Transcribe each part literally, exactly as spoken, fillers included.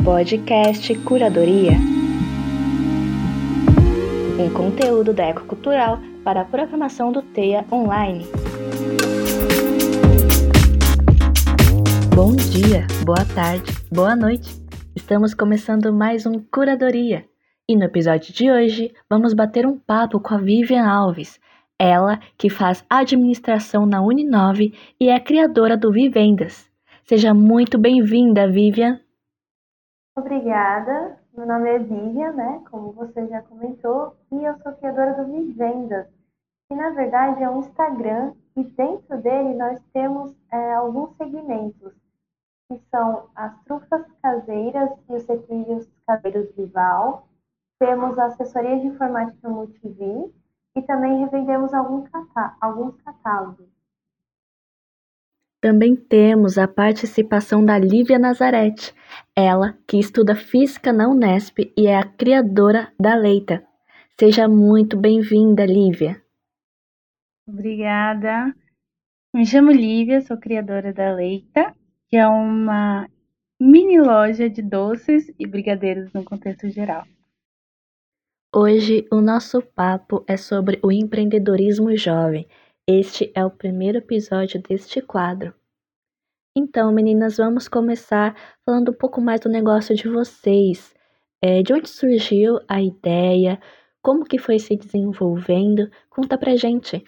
Podcast Curadoria, um conteúdo da Ecocultural para a programação do TEA Online. Bom dia, boa tarde, boa noite. Estamos começando mais um Curadoria. E no episódio de hoje, vamos bater um papo com a Vivian Alves, ela que faz administração na Uninove e é criadora do Vivendas. Seja muito bem-vinda, Vivian. Obrigada, meu nome é Vivian, né, como você já comentou, e eu sou criadora do Vivendas, que na verdade é um Instagram e dentro dele nós temos é, alguns segmentos, que são as trufas caseiras e os secrilhos caseiros Vival, temos a assessoria de informática Multivi e também revendemos alguns, catá- alguns catálogos. Também temos a participação da Lívia Nazarete, ela que estuda Física na Unesp e é a criadora da Leita. Seja muito bem-vinda, Lívia. Obrigada. Me chamo Lívia, sou criadora da Leita, que é uma mini loja de doces e brigadeiros no contexto geral. Hoje o nosso papo é sobre o empreendedorismo jovem. Este é o primeiro episódio deste quadro. Então, meninas, vamos começar falando um pouco mais do negócio de vocês. É, de onde surgiu a ideia? Como que foi se desenvolvendo? Conta pra gente.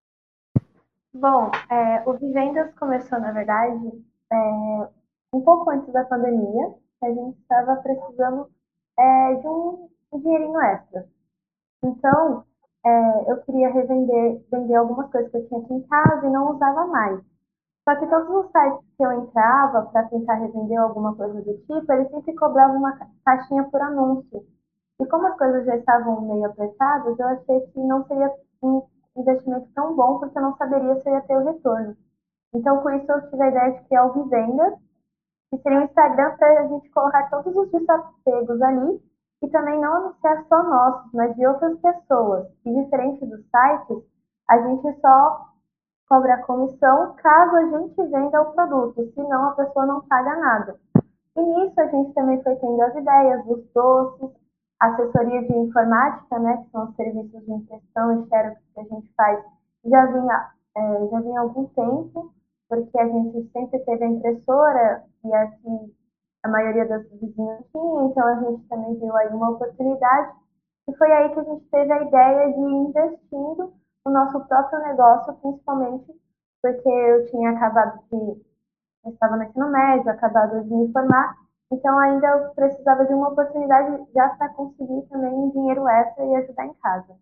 Bom, é, o Vivendas começou, na verdade, é, um pouco antes da pandemia, que a gente estava precisando é, de um, um dinheirinho extra. Então, é, eu queria revender, vender algumas coisas que eu tinha aqui em casa e não usava mais. Só que todos os sites que eu entrava para tentar revender alguma coisa do tipo, eles sempre cobravam uma ca- caixinha por anúncio. E como as coisas já estavam meio apertadas, eu achei que não seria um investimento tão bom, porque eu não saberia se eu ia ter o retorno. Então, com isso, eu tive a ideia de criar o Vivendas, que seria um Instagram para a gente colocar todos os desapegos ali e também não anunciar só nossos, mas de outras pessoas. E diferente dos sites, a gente só cobra a comissão caso a gente venda o produto, senão a pessoa não paga nada. E nisso a gente também foi tendo as ideias dos doces, assessoria de informática, né, que são os serviços de impressão e xerox que a gente faz, já vinha, é, já vinha há algum tempo, porque a gente sempre teve a impressora e aqui a maioria das vizinhas tinha, então a gente também viu aí uma oportunidade e foi aí que a gente teve a ideia de ir investindo no nosso próprio negócio, principalmente porque eu tinha acabado de, eu estava no ensino médio, acabado de me formar, então ainda eu precisava de uma oportunidade já para conseguir também um dinheiro extra e ajudar em casa.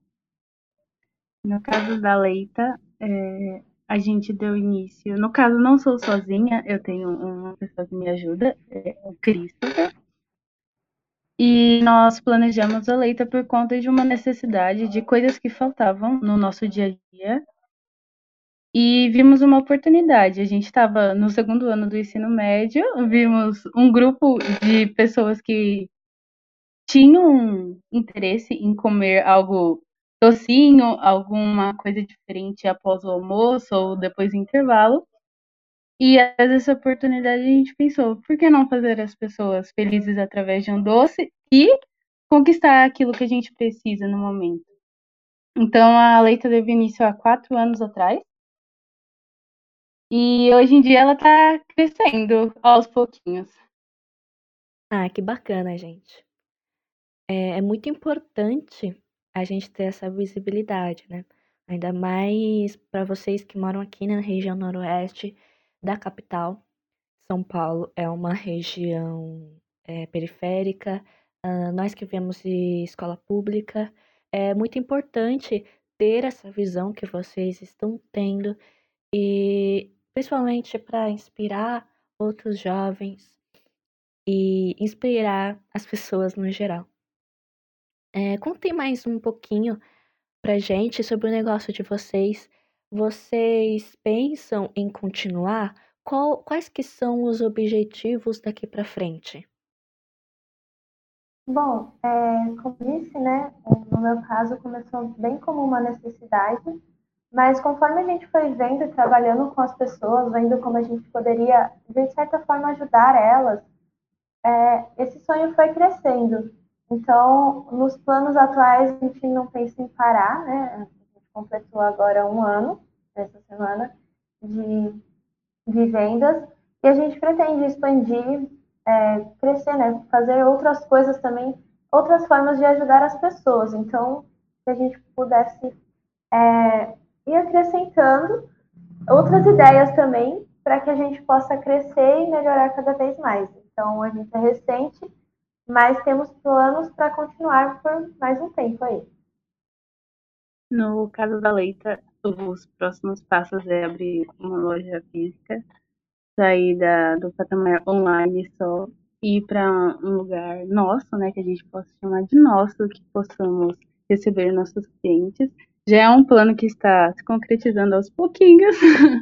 No caso da Leita, é, a gente deu início. No caso, não sou sozinha, eu tenho uma pessoa que me ajuda, é o Christopher. E nós planejamos a Leita por conta de uma necessidade de coisas que faltavam no nosso dia a dia. E vimos uma oportunidade. A gente estava no segundo ano do ensino médio, vimos um grupo de pessoas que tinham interesse em comer algo docinho, alguma coisa diferente após o almoço ou depois do intervalo. E após essa oportunidade a gente pensou, por que não fazer as pessoas felizes através de um doce e conquistar aquilo que a gente precisa no momento. Então a Leita teve início há quatro anos atrás. E hoje em dia ela tá crescendo aos pouquinhos. Ah, que bacana, gente. É, é muito importante a gente ter essa visibilidade, né? Ainda mais para vocês que moram aqui na região noroeste da capital. São Paulo é uma região é, periférica. Ah, nós que vemos de escola pública, é muito importante ter essa visão que vocês estão tendo e principalmente para inspirar outros jovens e inspirar as pessoas no geral. É, contem mais um pouquinho pra gente sobre o negócio de vocês. Vocês pensam em continuar? Qual- quais que são os objetivos daqui pra frente? Bom, é, como disse, né, no meu caso começou bem como uma necessidade, mas conforme a gente foi vendo e trabalhando com as pessoas, vendo como a gente poderia, de certa forma, ajudar elas, é, esse sonho foi crescendo. Então, nos planos atuais, a gente não pensa em parar, né? A gente completou agora um ano, essa semana, de, de vendas, e a gente pretende expandir, é, crescer, né? Fazer outras coisas também, outras formas de ajudar as pessoas. Então, se a gente pudesse é, ir acrescentando outras ideias também para que a gente possa crescer e melhorar cada vez mais. Então, a gente é recente, mas temos planos para continuar por mais um tempo aí. No caso da Leita, os próximos passos é abrir uma loja física, sair da, do patamar online só e ir para um lugar nosso, né, que a gente possa chamar de nosso, que possamos receber nossos clientes. Já é um plano que está se concretizando aos pouquinhos.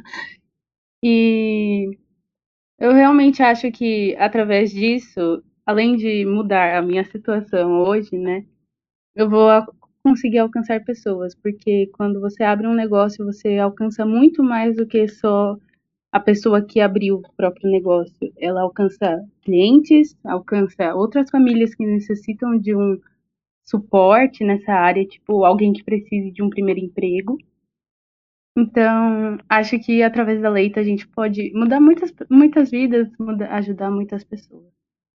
E eu realmente acho que através disso, além de mudar a minha situação hoje, né, eu vou a- conseguir alcançar pessoas, porque quando você abre um negócio, você alcança muito mais do que só a pessoa que abriu o próprio negócio. Ela alcança clientes, alcança outras famílias que necessitam de um suporte nessa área, tipo alguém que precise de um primeiro emprego. Então, acho que através da Leita a gente pode mudar muitas, muitas vidas, muda- ajudar muitas pessoas.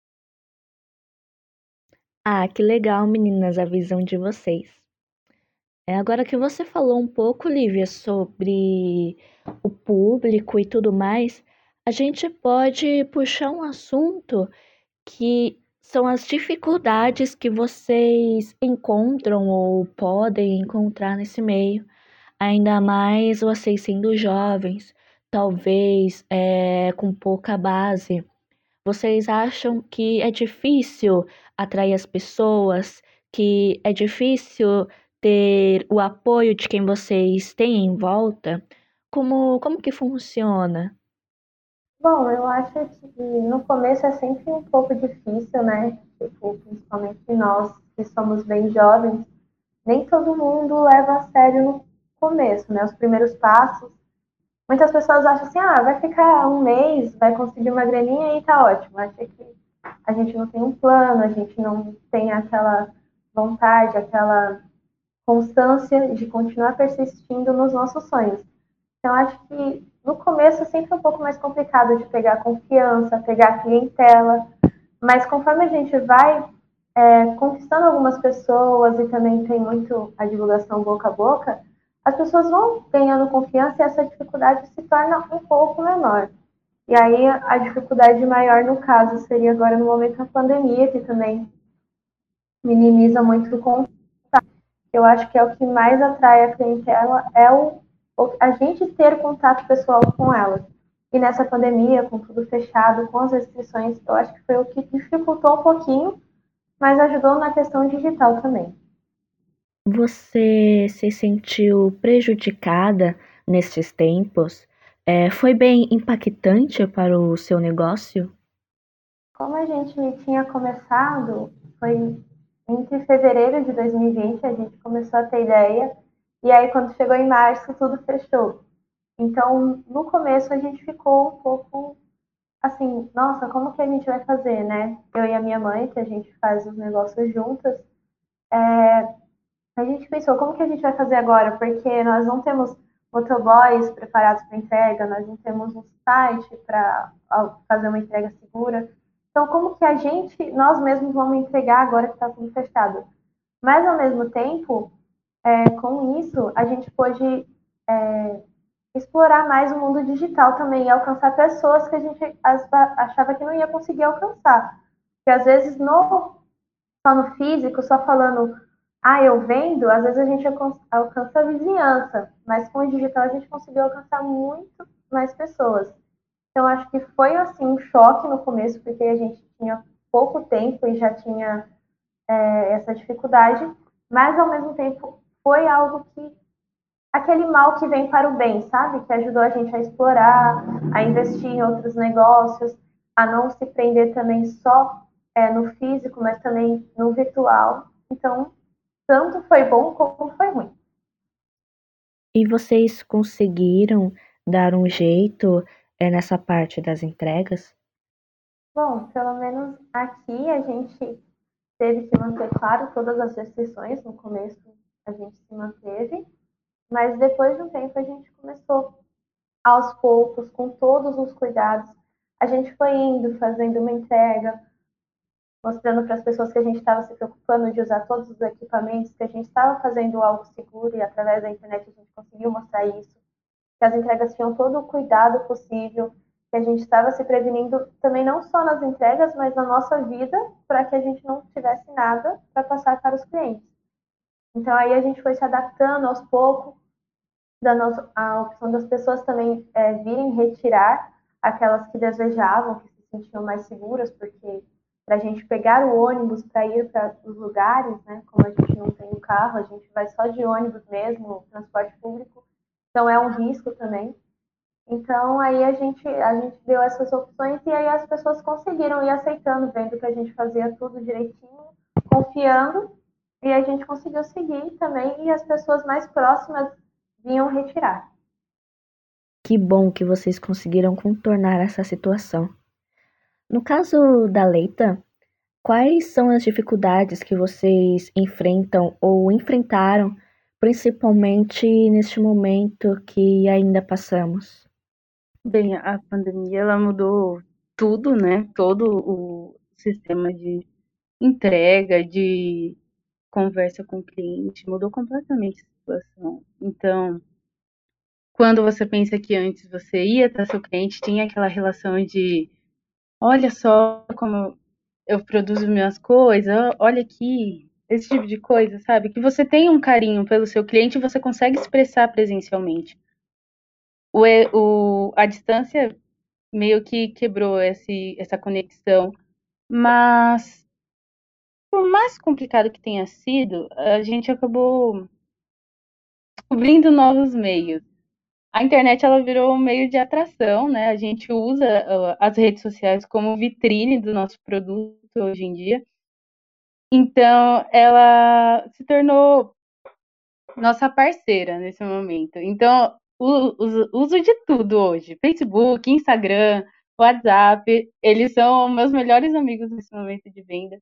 Ah, que legal, meninas, a visão de vocês. É, agora que você falou um pouco, Lívia, sobre o público e tudo mais, a gente pode puxar um assunto que são as dificuldades que vocês encontram ou podem encontrar nesse meio, ainda mais vocês sendo jovens, talvez é, com pouca base. Vocês acham que é difícil atrair as pessoas, que é difícil ter o apoio de quem vocês têm em volta? Como, como que funciona? Bom, eu acho que no começo é sempre um pouco difícil, né? Tipo, principalmente nós que somos bem jovens, nem todo mundo leva a sério no começo, né? Os primeiros passos. Muitas pessoas acham assim, ah, vai ficar um mês, vai conseguir uma graninha e tá ótimo. Acho que a gente não tem um plano, a gente não tem aquela vontade, aquela constância de continuar persistindo nos nossos sonhos. Então, acho que no começo é sempre um pouco mais complicado de pegar confiança, pegar clientela, mas conforme a gente vai é, conquistando algumas pessoas e também tem muito a divulgação boca a boca, as pessoas vão ganhando confiança e essa dificuldade se torna um pouco menor. E aí a dificuldade maior no caso seria agora no momento da pandemia, que também minimiza muito o contato. Eu acho que é o que mais atrai a clientela, é o, a gente ter contato pessoal com ela. E nessa pandemia, com tudo fechado, com as restrições, eu acho que foi o que dificultou um pouquinho, mas ajudou na questão digital também. Você se sentiu prejudicada nesses tempos? É, foi bem impactante para o seu negócio? Como a gente tinha começado, foi entre fevereiro de dois mil e vinte, a gente começou a ter ideia, e aí quando chegou em março, tudo fechou. Então, no começo, a gente ficou um pouco assim, nossa, como que a gente vai fazer, né? Eu e a minha mãe, que a gente faz os negócios juntas, a gente pensou, como que a gente vai fazer agora? Porque nós não temos motoboys preparados para entrega, nós não temos um site para fazer uma entrega segura. Então, como que a gente, nós mesmos vamos entregar agora que está tudo fechado? Mas, ao mesmo tempo, é, com isso, a gente pôde é, explorar mais o mundo digital também e alcançar pessoas que a gente achava que não ia conseguir alcançar. Porque, às vezes, no, só no físico, só falando, ah, eu vendo, às vezes a gente alcança a vizinhança, mas com o digital a gente conseguiu alcançar muito mais pessoas. Então, acho que foi assim um choque no começo, porque a gente tinha pouco tempo e já tinha é, essa dificuldade, mas ao mesmo tempo foi algo que aquele mal que vem para o bem, sabe? Que ajudou a gente a explorar, a investir em outros negócios, a não se prender também só é, no físico, mas também no virtual. Então, tanto foi bom como foi ruim. E vocês conseguiram dar um jeito, é, nessa parte das entregas? Bom, pelo menos aqui a gente teve que manter, claro, todas as restrições. No começo a gente se manteve, mas depois de um tempo a gente começou aos poucos, com todos os cuidados. A gente foi indo, fazendo uma entrega, mostrando para as pessoas que a gente estava se preocupando de usar todos os equipamentos, que a gente estava fazendo algo seguro e através da internet a gente conseguiu mostrar isso, que as entregas tinham todo o cuidado possível, que a gente estava se prevenindo também não só nas entregas, mas na nossa vida, para que a gente não tivesse nada para passar para os clientes. Então aí a gente foi se adaptando aos poucos, dando a opção das pessoas também é, virem retirar aquelas que desejavam, que se sentiam mais seguras, porque para a gente pegar o ônibus para ir para os lugares, né, como a gente não tem o carro, a gente vai só de ônibus mesmo, transporte público, então é um risco também. Então aí a gente, a gente deu essas opções e aí as pessoas conseguiram ir aceitando, vendo que a gente fazia tudo direitinho, confiando, e a gente conseguiu seguir também e as pessoas mais próximas vinham retirar. Que bom que vocês conseguiram contornar essa situação. No caso da Leita, quais são as dificuldades que vocês enfrentam ou enfrentaram, principalmente neste momento que ainda passamos? Bem, a pandemia ela mudou tudo, né? Todo o sistema de entrega, de conversa com o cliente, mudou completamente a situação. Então, quando você pensa que antes você ia até seu cliente, tinha aquela relação de olha só como eu produzo minhas coisas, olha aqui, esse tipo de coisa, sabe? Que você tem um carinho pelo seu cliente e você consegue expressar presencialmente. O, o, a distância meio que quebrou esse, essa conexão, mas por mais complicado que tenha sido, a gente acabou descobrindo novos meios. A internet ela virou um meio de atração, né? A gente usa uh, as redes sociais como vitrine do nosso produto hoje em dia. Então, ela se tornou nossa parceira nesse momento. Então, o, o uso de tudo hoje, Facebook, Instagram, WhatsApp, eles são meus melhores amigos nesse momento de venda.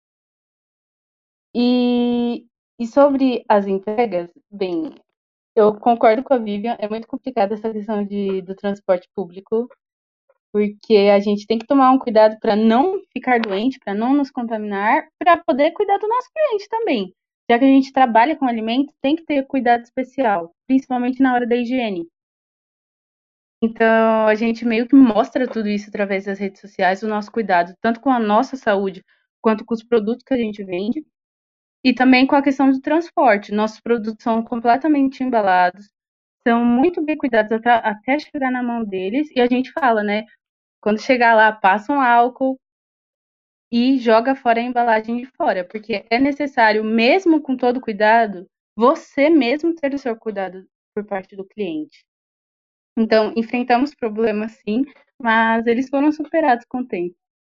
E, e sobre as entregas, bem, eu concordo com a Vivian, é muito complicada essa questão de, do transporte público, porque a gente tem que tomar um cuidado para não ficar doente, para não nos contaminar, para poder cuidar do nosso cliente também. Já que a gente trabalha com alimentos, tem que ter cuidado especial, principalmente na hora da higiene. Então, a gente meio que mostra tudo isso através das redes sociais, o nosso cuidado, tanto com a nossa saúde, quanto com os produtos que a gente vende, e também com a questão do transporte. Nossos produtos são completamente embalados, são muito bem cuidados até chegar na mão deles, e a gente fala, né? Quando chegar lá, passa um álcool e joga fora a embalagem de fora, porque é necessário, mesmo com todo cuidado, você mesmo ter o seu cuidado por parte do cliente. Então, enfrentamos problemas sim, mas eles foram superados com o tempo.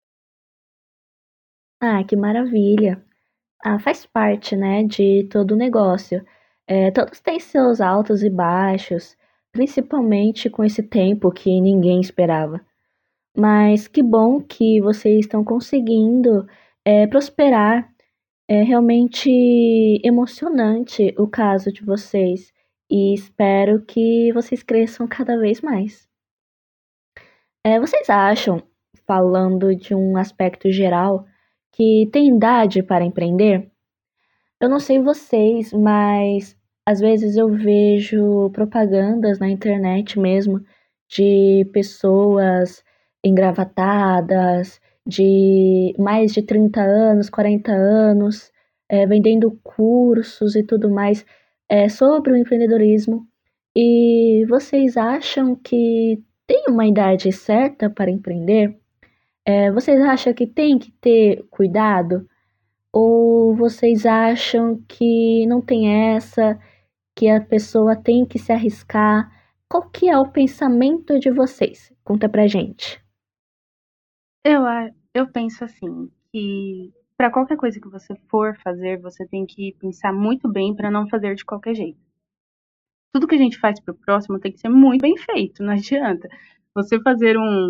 Ah, que maravilha! Ah, faz parte, né, de todo o negócio. É, todos têm seus altos e baixos, principalmente com esse tempo que ninguém esperava. Mas que bom que vocês estão conseguindo é, prosperar. É realmente emocionante o caso de vocês e espero que vocês cresçam cada vez mais. É, vocês acham, falando de um aspecto geral, que tem idade para empreender? Eu não sei vocês, mas às vezes eu vejo propagandas na internet mesmo de pessoas engravatadas, de mais de trinta anos, quarenta anos, eh, vendendo cursos e tudo mais, eh, sobre o empreendedorismo. E vocês acham que tem uma idade certa para empreender? Eh, vocês acham que tem que ter cuidado? Ou vocês acham que não tem essa, que a pessoa tem que se arriscar? Qual que é o pensamento de vocês? Conta pra gente. Eu, eu penso assim, que para qualquer coisa que você for fazer, você tem que pensar muito bem para não fazer de qualquer jeito. Tudo que a gente faz pro próximo tem que ser muito bem feito, não adianta. Você fazer um,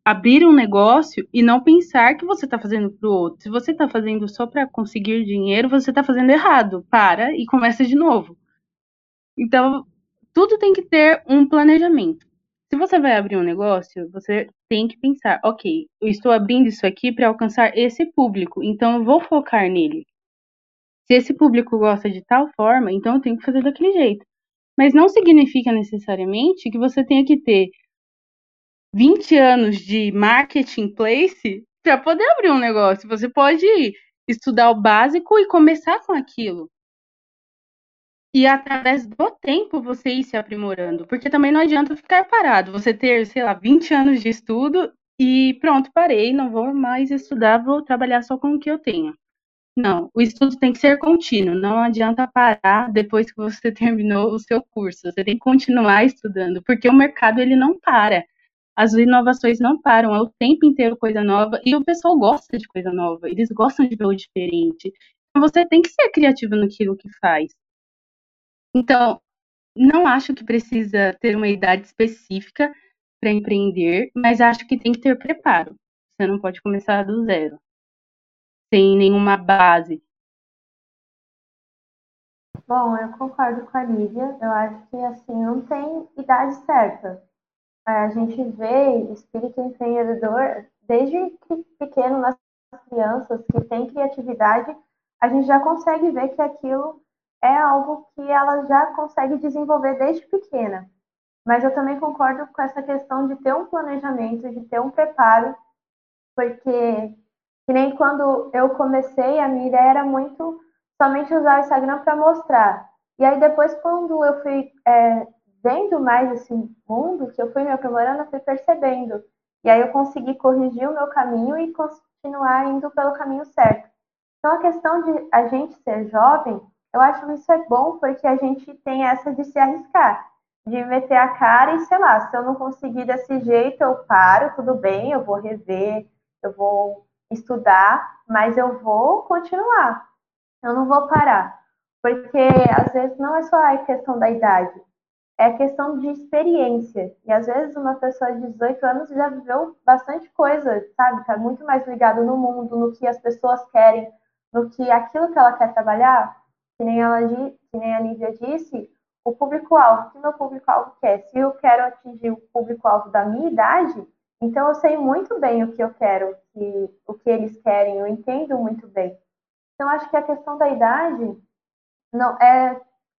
abrir um negócio e não pensar que você está fazendo para o outro. Se você está fazendo só para conseguir dinheiro, você está fazendo errado. Para e começa de novo. Então, tudo tem que ter um planejamento. Se você vai abrir um negócio, você tem que pensar, ok, eu estou abrindo isso aqui para alcançar esse público, então eu vou focar nele. Se esse público gosta de tal forma, então eu tenho que fazer daquele jeito. Mas não significa necessariamente que você tenha que ter vinte anos de marketplace para poder abrir um negócio. Você pode estudar o básico e começar com aquilo. E através do tempo você ir se aprimorando. Porque também não adianta ficar parado. Você ter, sei lá, vinte anos de estudo e pronto, parei, não vou mais estudar, vou trabalhar só com o que eu tenho. Não, o estudo tem que ser contínuo. Não adianta parar depois que você terminou o seu curso. Você tem que continuar estudando, porque o mercado ele não para. As inovações não param, é o tempo inteiro coisa nova, e o pessoal gosta de coisa nova, eles gostam de ver o diferente. Então você tem que ser criativo naquilo que faz. Então, não acho que precisa ter uma idade específica para empreender, mas acho que tem que ter preparo. Você não pode começar do zero, sem nenhuma base. Bom, eu concordo com a Lívia. Eu acho que assim não tem idade certa. A gente vê espírito empreendedor desde pequeno nas crianças que têm criatividade, a gente já consegue ver que aquilo é algo que ela já consegue desenvolver desde pequena. Mas eu também concordo com essa questão de ter um planejamento, de ter um preparo, porque que nem quando eu comecei, a minha ideia era muito somente usar o Instagram para mostrar. E aí depois, quando eu fui é, vendo mais esse mundo, que eu fui me aprimorando, eu fui percebendo. E aí eu consegui corrigir o meu caminho e continuar indo pelo caminho certo. Então a questão de a gente ser jovem, eu acho isso é bom porque a gente tem essa de se arriscar, de meter a cara e, sei lá, se eu não conseguir desse jeito, eu paro, tudo bem, eu vou rever, eu vou estudar, mas eu vou continuar. Eu não vou parar. Porque às vezes não é só a questão da idade, é questão de experiência. E às vezes uma pessoa de dezoito anos já viveu bastante coisa, sabe? Está muito mais ligado no mundo, no que as pessoas querem, no que aquilo que ela quer trabalhar. Que nem, ela, que nem a Lívia disse, o público-alvo, o que meu público-alvo quer. Se eu quero atingir o público-alvo da minha idade, então eu sei muito bem o que eu quero, que, o que eles querem, eu entendo muito bem. Então acho que a questão da idade não é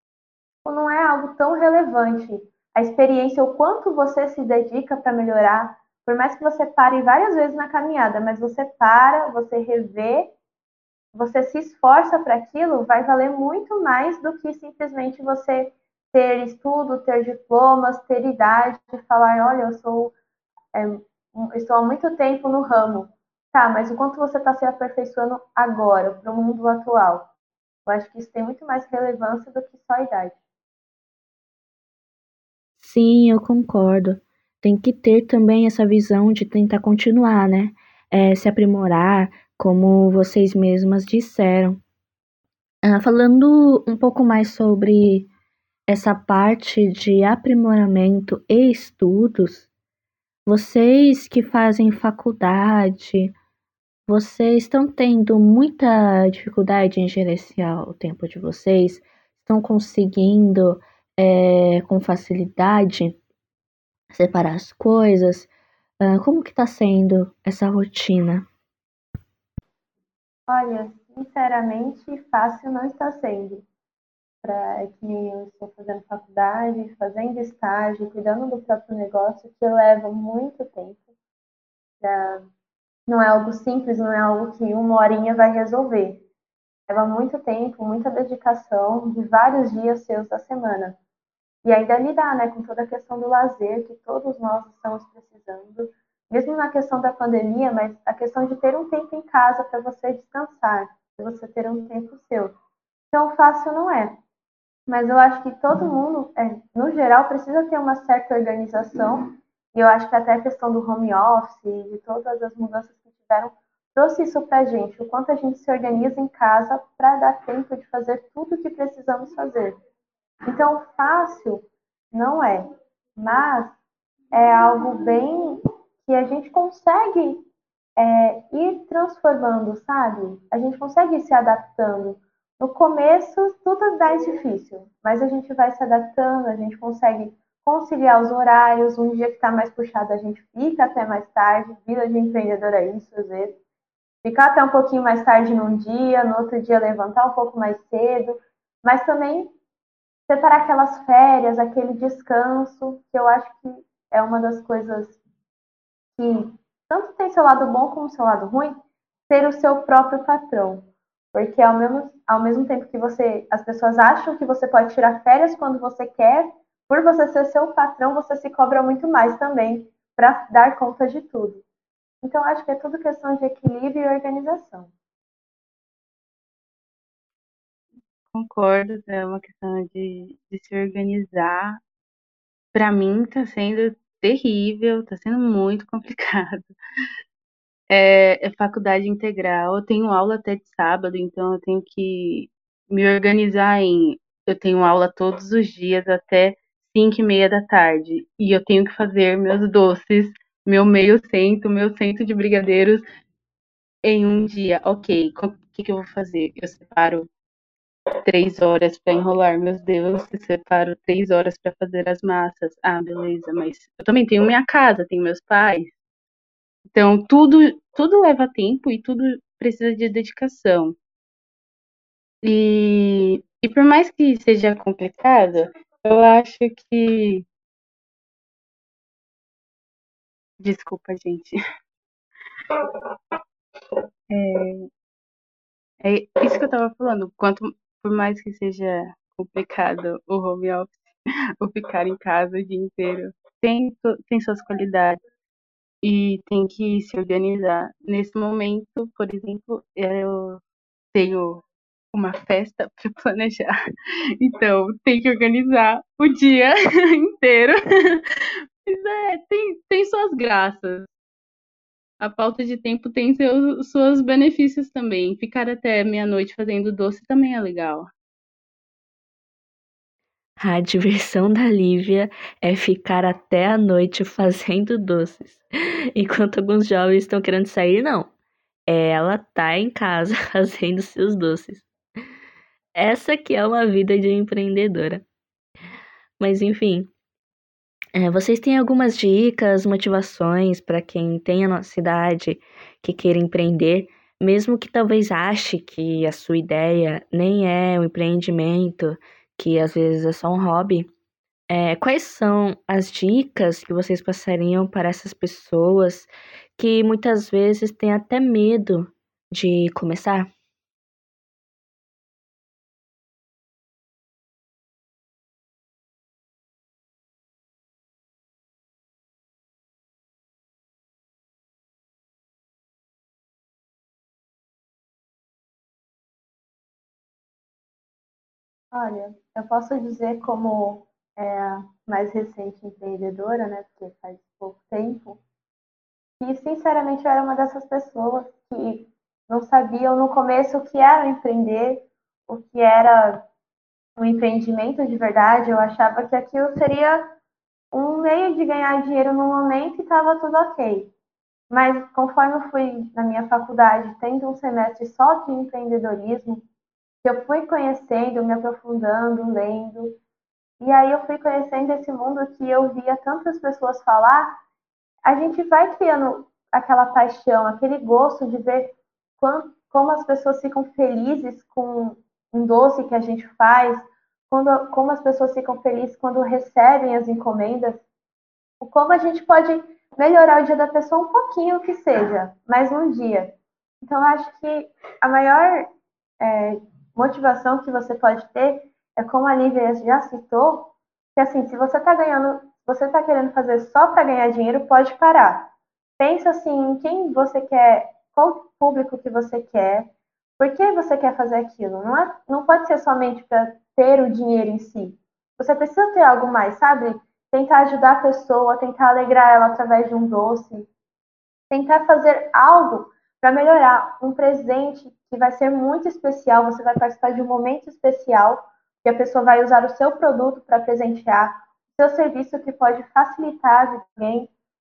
não é algo tão relevante. A experiência, o quanto você se dedica para melhorar, por mais que você pare várias vezes na caminhada, mas você para, você revê, você se esforça para aquilo, vai valer muito mais do que simplesmente você ter estudo, ter diplomas, ter idade, falar, olha, eu sou, é, estou há muito tempo no ramo. Tá, mas o quanto você está se aperfeiçoando agora, para o mundo atual? Eu acho que isso tem muito mais relevância do que só a idade. Sim, eu concordo. Tem que ter também essa visão de tentar continuar, né? É, se aprimorar, como vocês mesmas disseram. Ah, falando um pouco mais sobre essa parte de aprimoramento e estudos, vocês que fazem faculdade, vocês estão tendo muita dificuldade em gerenciar o tempo de vocês? Estão conseguindo, é, com facilidade, separar as coisas? Ah, como que tá sendo essa rotina? Olha, sinceramente, fácil não está sendo. Para que eu estou fazendo faculdade, fazendo estágio, cuidando do próprio negócio, que leva muito tempo. Pra... Não é algo simples, não é algo que uma horinha vai resolver. Leva muito tempo, muita dedicação de vários dias seus da semana. E ainda lidar, né, com toda a questão do lazer que todos nós estamos precisando, mesmo na questão da pandemia, mas a questão de ter um tempo em casa para você descansar, para você ter um tempo seu. Então, fácil não é. Mas eu acho que todo mundo, é, no geral, precisa ter uma certa organização. E eu acho que até a questão do home office, de todas as mudanças que tiveram, trouxe isso para a gente, o quanto a gente se organiza em casa para dar tempo de fazer tudo o que precisamos fazer. Então, fácil não é, mas é algo bem que a gente consegue é, ir transformando, sabe? A gente consegue ir se adaptando. No começo, tudo é mais difícil, mas a gente vai se adaptando, a gente consegue conciliar os horários. Um dia que está mais puxado, a gente fica até mais tarde. Vida de empreendedor é isso, às vezes. Ficar até um pouquinho mais tarde num dia, no outro dia levantar um pouco mais cedo, mas também separar aquelas férias, aquele descanso, que eu acho que é uma das coisas que tanto tem seu lado bom como seu lado ruim, ser o seu próprio patrão. Porque ao mesmo, ao mesmo tempo que você, as pessoas acham que você pode tirar férias quando você quer, por você ser seu patrão, você se cobra muito mais também para dar conta de tudo. Então, acho que é tudo questão de equilíbrio e organização. Concordo, é uma questão de, de se organizar. Para mim tá sendo terrível, tá sendo muito complicado. É, é faculdade integral, eu tenho aula até de sábado, então eu tenho que me organizar em. Eu tenho aula todos os dias até cinco e meia da tarde. E eu tenho que fazer meus doces, meu meio cento, meu cento de brigadeiros em um dia. Ok, o que, que eu vou fazer? Eu separo três horas para enrolar meus dedos, eu separo três horas para fazer as massas. Ah, beleza, mas eu também tenho minha casa, tenho meus pais. Então, tudo, tudo leva tempo e tudo precisa de dedicação. E, e por mais que seja complicado, eu acho que. Desculpa, gente. É, é isso que eu tava falando. Quanto, por mais que seja complicado o home office, ou ficar em casa o dia inteiro, tem, tem suas qualidades. E tem que se organizar. Nesse momento, por exemplo, eu tenho uma festa para planejar. Então, tem que organizar o dia inteiro. Mas é, tem, tem suas graças. A falta de tempo tem seus, seus benefícios também. Ficar até meia-noite fazendo doce também é legal. A diversão da Lívia é ficar até a noite fazendo doces. Enquanto alguns jovens estão querendo sair, não. Ela tá em casa fazendo seus doces. Essa que é uma vida de empreendedora. Mas enfim, é, vocês têm algumas dicas, motivações para quem tem a nossa idade, que queira empreender, mesmo que talvez ache que a sua ideia nem é um empreendimento, que às vezes é só um hobby. É, quais são as dicas que vocês passariam para essas pessoas que muitas vezes têm até medo de começar? Olha, eu posso dizer como é, mais recente empreendedora, né, porque faz pouco tempo, que sinceramente eu era uma dessas pessoas que não sabiam no começo o que era empreender, o que era um empreendimento de verdade. Eu achava que aquilo seria um meio de ganhar dinheiro no momento e estava tudo ok. Mas conforme eu fui na minha faculdade, tendo um semestre só de empreendedorismo, que eu fui conhecendo, me aprofundando, lendo, e aí eu fui conhecendo esse mundo que eu via tantas pessoas falar, a gente vai criando aquela paixão, aquele gosto de ver quando, como as pessoas ficam felizes com um doce que a gente faz, quando, como as pessoas ficam felizes quando recebem as encomendas, o como a gente pode melhorar o dia da pessoa um pouquinho que seja, mais um dia. Então, eu acho que a maior é, motivação que você pode ter é, como a Lívia já citou, que assim, se você está ganhando, se você está querendo fazer só para ganhar dinheiro, pode parar. Pensa assim, em quem você quer, qual público que você quer, por que você quer fazer aquilo. Não, é, não pode ser somente para ter o dinheiro em si. Você precisa ter algo mais, sabe? Tentar ajudar a pessoa, tentar alegrar ela através de um doce, tentar fazer algo para melhorar, um presente que vai ser muito especial, você vai participar de um momento especial, que a pessoa vai usar o seu produto para presentear, o seu serviço que pode facilitar a vida de alguém,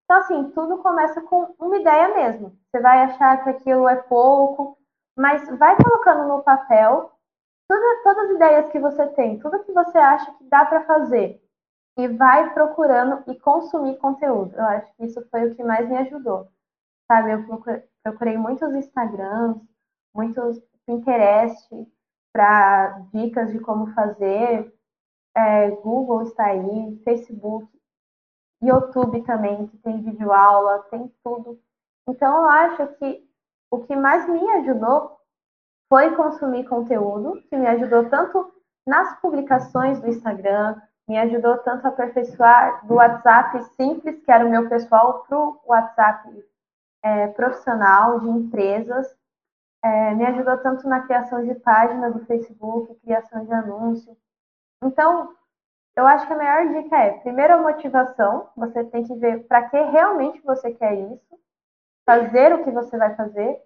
Então, assim, tudo começa com uma ideia mesmo. Você vai achar que aquilo é pouco, mas vai colocando no papel tudo, todas as ideias que você tem, tudo que você acha que dá para fazer. E vai procurando e consumir conteúdo. Eu acho que isso foi o que mais me ajudou. Sabe, eu procurei muitos Instagrams, muitos Pinterest para dicas de como fazer. É, Google está aí, Facebook, YouTube também, que tem vídeo aula, tem tudo. Então eu acho que o que mais me ajudou foi consumir conteúdo, que me ajudou tanto nas publicações do Instagram, me ajudou tanto a aperfeiçoar do WhatsApp simples, que era o meu pessoal, para o WhatsApp é, profissional de empresas. É, me ajudou tanto na criação de página do Facebook, criação de anúncio. Então, eu acho que a melhor dica é, primeiro, a motivação. Você tem que ver para que realmente você quer isso, fazer o que você vai fazer.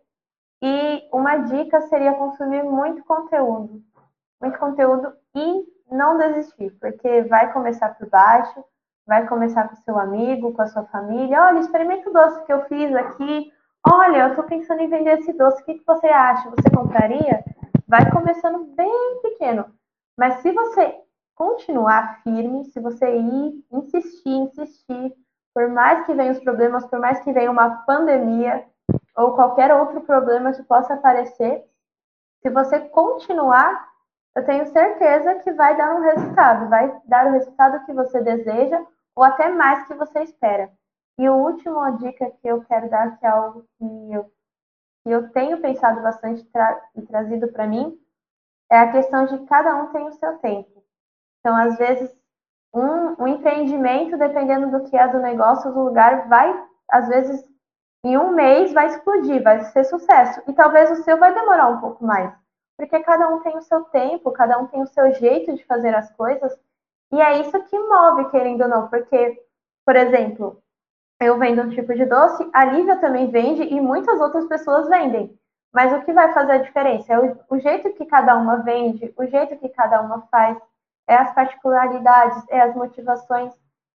E uma dica seria consumir muito conteúdo. Muito conteúdo e não desistir, porque vai começar por baixo, vai começar com seu amigo, com a sua família. Olha, experimenta o doce que eu fiz aqui. Olha, eu estou pensando em vender esse doce. O que, que você acha? Você compraria? Vai começando bem pequeno. Mas se você continuar firme, se você ir, insistir, insistir, por mais que venham os problemas, por mais que venha uma pandemia ou qualquer outro problema que possa aparecer, se você continuar, eu tenho certeza que vai dar um resultado, vai dar o resultado que você deseja ou até mais que você espera. E a última dica que eu quero dar, que é algo que eu, que eu tenho pensado bastante tra e trazido para mim, é a questão de cada um tem o seu tempo. Então, às vezes, um, um empreendimento, dependendo do que é do negócio, do lugar, vai, às vezes, em um mês vai explodir, vai ser sucesso. E talvez o seu vai demorar um pouco mais. Porque cada um tem o seu tempo, cada um tem o seu jeito de fazer as coisas. E é isso que move, querendo ou não. Porque, por exemplo, eu vendo um tipo de doce, a Lívia também vende e muitas outras pessoas vendem. Mas o que vai fazer a diferença é o, o jeito que cada uma vende, o jeito que cada uma faz, é as particularidades, é as motivações.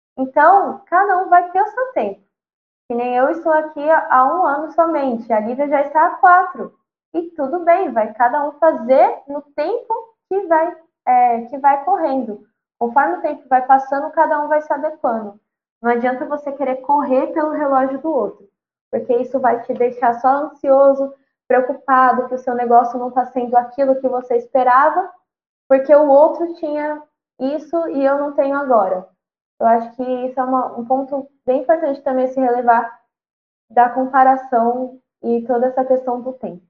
Então, cada um vai ter o seu tempo. Que nem eu estou aqui há um ano somente, a Lívia já está há quatro. E tudo bem, vai cada um fazer no tempo que vai, é, que vai correndo. Conforme o tempo vai passando, cada um vai se adequando. Não adianta você querer correr pelo relógio do outro, porque isso vai te deixar só ansioso, preocupado que o seu negócio não está sendo aquilo que você esperava, porque o outro tinha isso e eu não tenho agora. Eu acho que isso é uma, um ponto bem importante também se relevar da comparação e toda essa questão do tempo.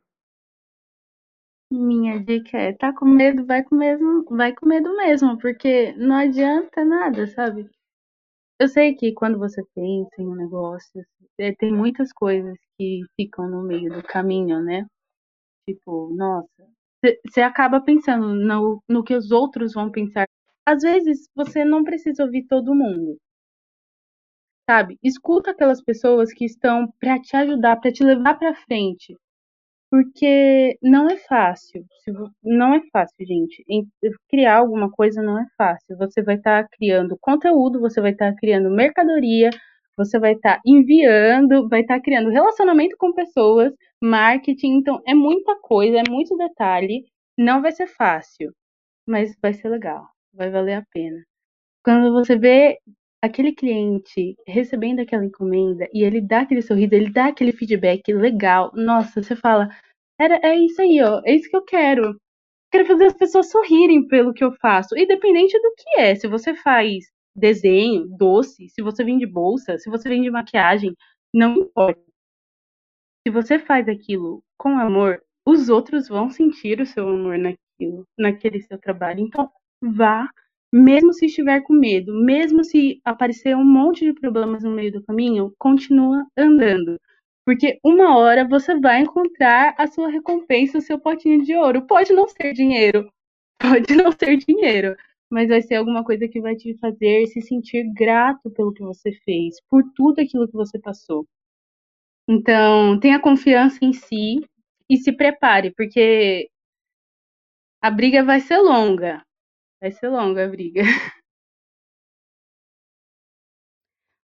Minha dica é, tá com medo, vai com mesmo, vai com medo mesmo, porque não adianta nada, sabe? Eu sei que quando você pensa em um negócio, é, tem muitas coisas que ficam no meio do caminho, né? Tipo, nossa, você acaba pensando no, no que os outros vão pensar. Às vezes você não precisa ouvir todo mundo, sabe? Escuta aquelas pessoas que estão para te ajudar, para te levar para frente. Porque não é fácil. Se vo- Não é fácil, gente. Em- Criar alguma coisa não é fácil. Você vai estar criando conteúdo, você vai estar criando mercadoria, você vai estar enviando, vai estar criando relacionamento com pessoas, marketing. Então, é muita coisa, é muito detalhe. Não vai ser fácil, mas vai ser legal. Vai valer a pena. Quando você vê aquele cliente recebendo aquela encomenda e ele dá aquele sorriso, ele dá aquele feedback legal, nossa, você fala, era, é isso aí, ó, é isso que eu quero. Quero fazer as pessoas sorrirem pelo que eu faço, independente do que é. Se você faz desenho, doce, se você vende bolsa, se você vende maquiagem, não importa. Se você faz aquilo com amor, os outros vão sentir o seu amor naquilo, naquele seu trabalho. Então, vá, mesmo se estiver com medo, mesmo se aparecer um monte de problemas no meio do caminho, continua andando. Porque uma hora você vai encontrar a sua recompensa, o seu potinho de ouro. Pode não ser dinheiro, pode não ser dinheiro, mas vai ser alguma coisa que vai te fazer se sentir grato pelo que você fez, por tudo aquilo que você passou. Então, tenha confiança em si e se prepare, porque a briga vai ser longa. Vai ser longa a briga.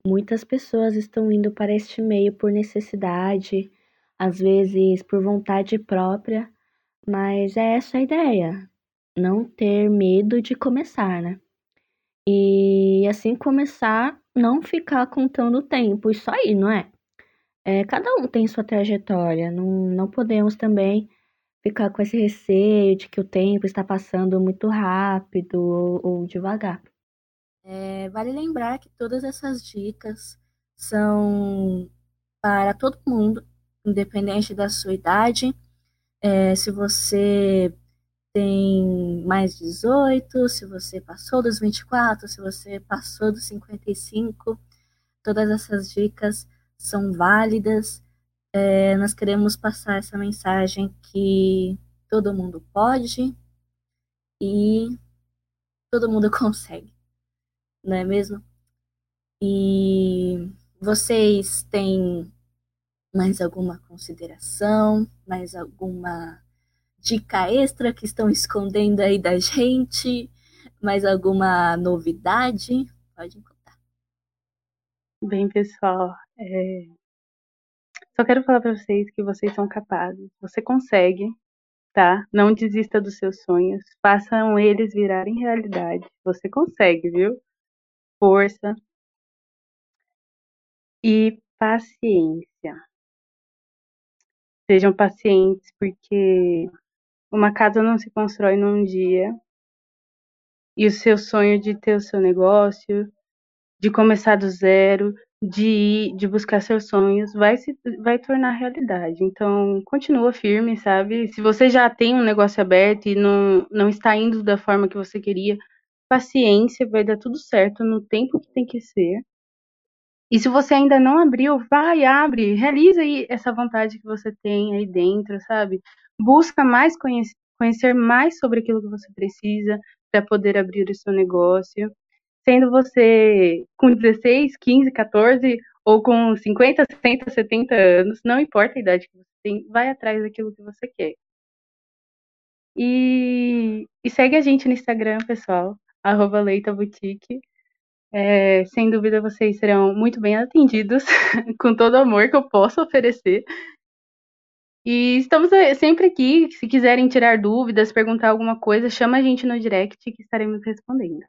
muitas pessoas estão indo para este meio por necessidade, às vezes por vontade própria, mas é essa a ideia, não ter medo de começar, né? E assim começar, não ficar contando o tempo, isso aí, não é? É, cada um tem sua trajetória, não, não podemos também ficar com esse receio de que o tempo está passando muito rápido ou, ou devagar. É, vale lembrar que todas essas dicas são para todo mundo, independente da sua idade. É, se você tem mais dezoito, se você passou dos vinte e quatro, se você passou dos cinquenta e cinco, todas essas dicas são válidas. É, nós queremos passar essa mensagem que todo mundo pode e todo mundo consegue, não é mesmo? E vocês têm mais alguma consideração, mais alguma dica extra que estão escondendo aí da gente? Mais alguma novidade? Pode contar. Bem, pessoal, é... só quero falar para vocês que vocês são capazes. Você consegue, tá? Não desista dos seus sonhos. Façam eles virarem realidade. Você consegue, viu? Força e paciência. Sejam pacientes, porque uma casa não se constrói num dia. E o seu sonho de ter o seu negócio, de começar do zero, de ir, de buscar seus sonhos, vai se vai tornar realidade. Então, continua firme, sabe? Se você já tem um negócio aberto e não, não está indo da forma que você queria, paciência, vai dar tudo certo no tempo que tem que ser. E se você ainda não abriu, vai, abre, realiza aí essa vontade que você tem aí dentro, sabe? Busca mais conhecer, conhecer mais sobre aquilo que você precisa para poder abrir o seu negócio. Sendo você com dezesseis, quinze, quatorze ou com cinquenta, sessenta, setenta anos, não importa a idade que você tem, vai atrás daquilo que você quer. E, e segue a gente no Instagram, pessoal, arroba Leita Boutique. É, sem dúvida vocês serão muito bem atendidos, com todo o amor que eu posso oferecer. E estamos sempre aqui, se quiserem tirar dúvidas, perguntar alguma coisa, chama a gente no direct que estaremos respondendo.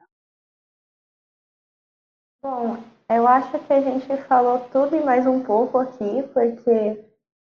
Bom, eu acho que a gente falou tudo e mais um pouco aqui, porque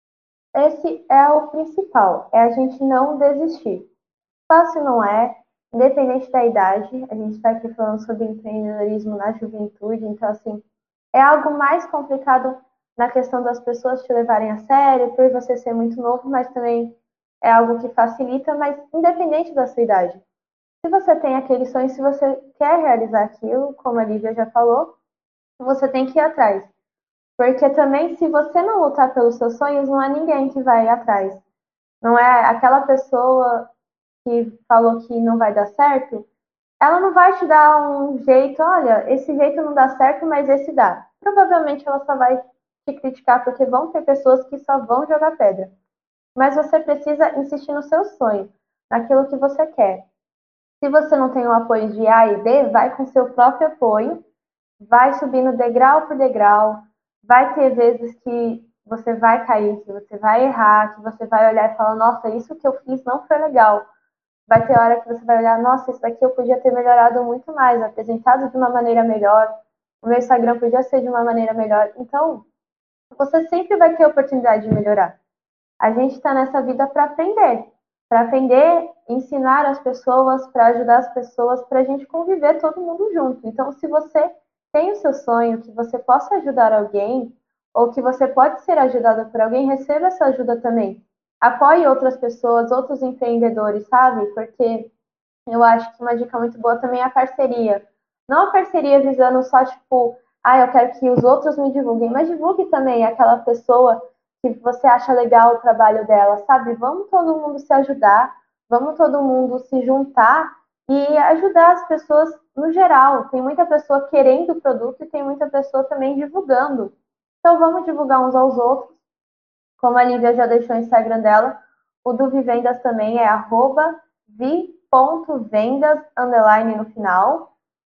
esse é o principal, é a gente não desistir. Fácil não é, independente da idade, a gente está aqui falando sobre empreendedorismo na juventude, então assim, é algo mais complicado na questão das pessoas te levarem a sério, por você ser muito novo, mas também é algo que facilita, mas independente da sua idade. Se você tem aquele sonho, se você quer realizar aquilo, como a Lívia já falou, você tem que ir atrás. Porque também, se você não lutar pelos seus sonhos, não é ninguém que vai ir atrás. Não é aquela pessoa que falou que não vai dar certo, ela não vai te dar um jeito, olha, esse jeito não dá certo, mas esse dá. Provavelmente ela só vai te criticar porque vão ter pessoas que só vão jogar pedra. Mas você precisa insistir no seu sonho, naquilo que você quer. Se você não tem o apoio de A e B, vai com seu próprio apoio, vai subindo degrau por degrau, vai ter vezes que você vai cair, que você vai errar, que você vai olhar e falar, nossa, isso que eu fiz não foi legal. Vai ter hora que você vai olhar, nossa, isso daqui eu podia ter melhorado muito mais, apresentado de uma maneira melhor, o meu Instagram podia ser de uma maneira melhor. Então, você sempre vai ter oportunidade de melhorar. A gente está nessa vida para aprender, para aprender, ensinar as pessoas, para ajudar as pessoas, para a gente conviver todo mundo junto. Então, se você tem o seu sonho, que você possa ajudar alguém, ou que você pode ser ajudado por alguém, receba essa ajuda também. Apoie outras pessoas, outros empreendedores, sabe? Porque eu acho que uma dica muito boa também é a parceria. Não a parceria visando só, tipo, ah, eu quero que os outros me divulguem, mas divulgue também aquela pessoa que você acha legal o trabalho dela, sabe? Vamos todo mundo se ajudar, vamos todo mundo se juntar e ajudar as pessoas no geral. Tem muita pessoa querendo o produto e tem muita pessoa também divulgando. Então vamos divulgar uns aos outros. Como a Lívia já deixou o Instagram dela, o do Vivendas também é arroba vi ponto vendas underline no final.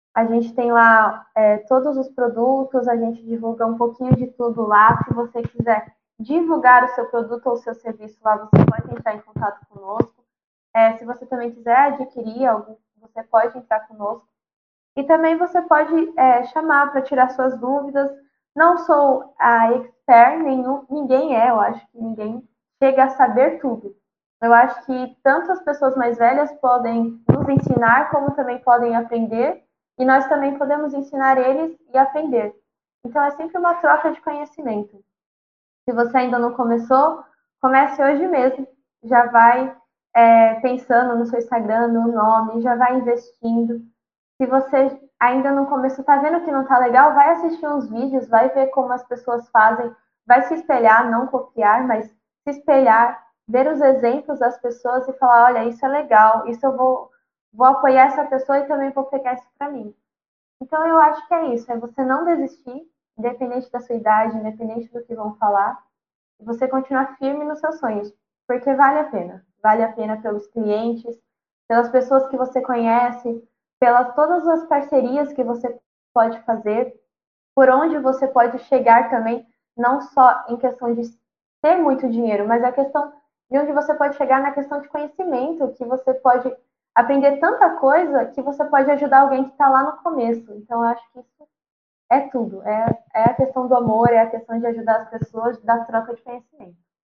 A gente tem lá é, todos os produtos, a gente divulga um pouquinho de tudo lá. Se você quiser divulgar o seu produto ou o seu serviço lá, você pode entrar em contato conosco. É, se você também quiser adquirir algo, você pode entrar conosco. E também você pode é, chamar para tirar suas dúvidas. Não sou a expert, nenhum, ninguém é, eu acho que ninguém chega a saber tudo. Eu acho que tanto as pessoas mais velhas podem nos ensinar, como também podem aprender, e nós também podemos ensinar eles e aprender. Então é sempre uma troca de conhecimento. Se você ainda não começou, comece hoje mesmo. Já vai é, pensando no seu Instagram, no nome, já vai investindo. Se você ainda não começou, tá vendo que não tá legal, vai assistir uns vídeos, vai ver como as pessoas fazem, vai se espelhar, não copiar, mas se espelhar, ver os exemplos das pessoas e falar, olha, isso é legal, isso eu vou, vou apoiar essa pessoa e também vou pegar isso para mim. Então eu acho que é isso, é você não desistir, independente da sua idade, independente do que vão falar, e você continuar firme nos seus sonhos, porque vale a pena. Vale a pena pelos clientes, pelas pessoas que você conhece, pelas todas as parcerias que você pode fazer, por onde você pode chegar também, não só em questão de ter muito dinheiro, mas a questão de onde você pode chegar na questão de conhecimento, que você pode aprender tanta coisa que você pode ajudar alguém que está lá no começo. Então, eu acho que isso é tudo. É, é a questão do amor, é a questão de ajudar as pessoas, da troca de conhecimento.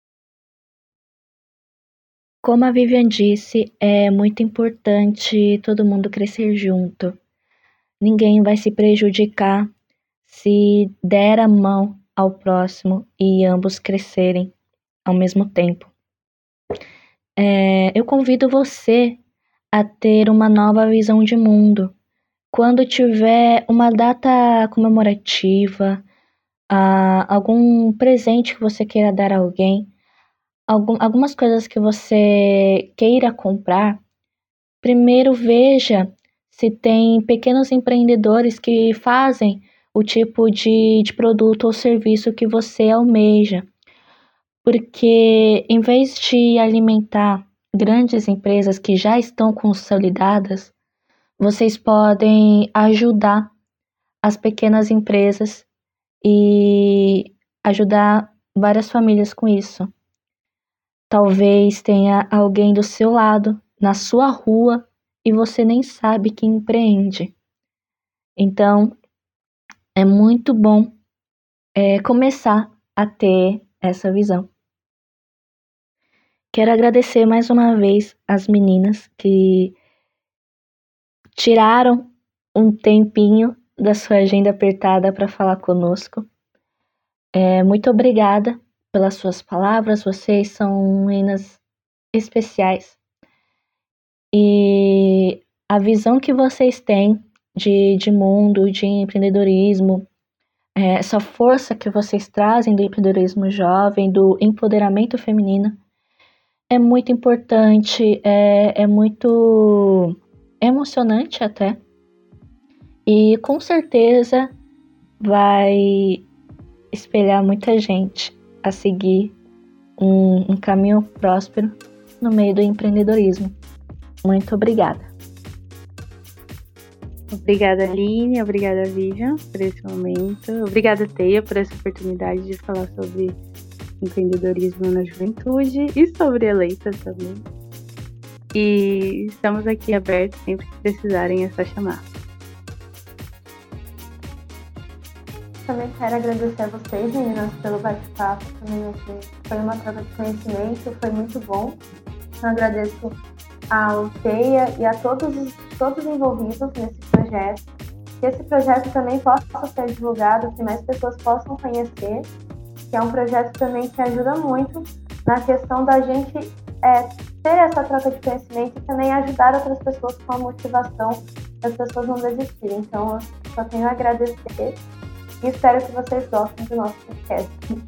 Como a Vivian disse, é muito importante todo mundo crescer junto. Ninguém vai se prejudicar se der a mão ao próximo e ambos crescerem ao mesmo tempo. É, eu convido você a ter uma nova visão de mundo. Quando tiver uma data comemorativa, ah, algum presente que você queira dar a alguém, algum, algumas coisas que você queira comprar, primeiro veja se tem pequenos empreendedores que fazem o tipo de, de produto ou serviço que você almeja. Porque em vez de alimentar grandes empresas que já estão consolidadas, vocês podem ajudar as pequenas empresas e ajudar várias famílias com isso. Talvez tenha alguém do seu lado, na sua rua, e você nem sabe que empreende. Então, é muito bom é, começar a ter essa visão. Quero agradecer mais uma vez as meninas que tiraram um tempinho da sua agenda apertada para falar conosco. É, muito obrigada pelas suas palavras, vocês são meninas especiais. E a visão que vocês têm de, de mundo, de empreendedorismo, é, essa força que vocês trazem do empreendedorismo jovem, do empoderamento feminino, é muito importante, é, é muito emocionante até. E com certeza vai espelhar muita gente a seguir um, um caminho próspero no meio do empreendedorismo. Muito obrigada. Obrigada, Aline. Obrigada, Vivian, por esse momento. Obrigada, Teia, por essa oportunidade de falar sobre empreendedorismo na juventude e sobre a Leita também. E estamos aqui abertos, sempre que precisarem, é só chamar. Também quero agradecer a vocês, meninas, pelo bate-papo. Também assim, foi uma troca de conhecimento, foi muito bom. Eu agradeço ao Teia e a todos os todos envolvidos nesse projeto. Que esse projeto também possa ser divulgado, que mais pessoas possam conhecer. Que é um projeto também que ajuda muito na questão da gente é, ter essa troca de conhecimento e também ajudar outras pessoas com a motivação das pessoas não desistirem. Então, eu só tenho a agradecer e espero que vocês gostem do nosso podcast.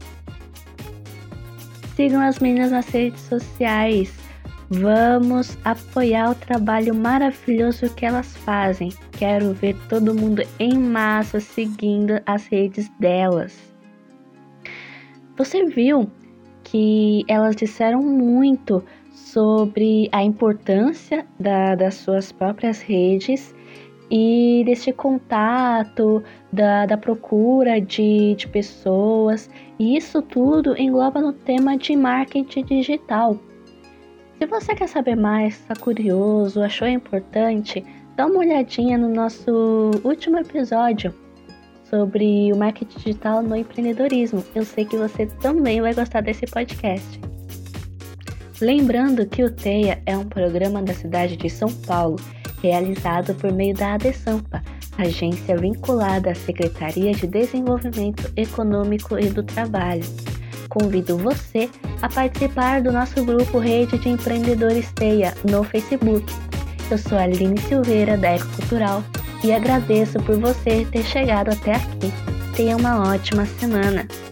Sigam as meninas nas redes sociais. Vamos apoiar o trabalho maravilhoso que elas fazem. Quero ver todo mundo em massa seguindo as redes delas. Você viu que elas disseram muito sobre a importância da, das suas próprias redes e desse contato, da, da procura de, de pessoas, e isso tudo engloba no tema de marketing digital. Se você quer saber mais, está curioso, achou importante, dá uma olhadinha no nosso último episódio sobre o marketing digital no empreendedorismo. Eu sei que você também vai gostar desse podcast. Lembrando que o TEIA é um programa da cidade de São Paulo, realizado por meio da ADESAMPA, agência vinculada à Secretaria de Desenvolvimento Econômico e do Trabalho. Convido você a participar do nosso grupo Rede de Empreendedores TEIA no Facebook. Eu sou a Aline Silveira, da Ecocultural, e agradeço por você ter chegado até aqui. Tenha uma ótima semana!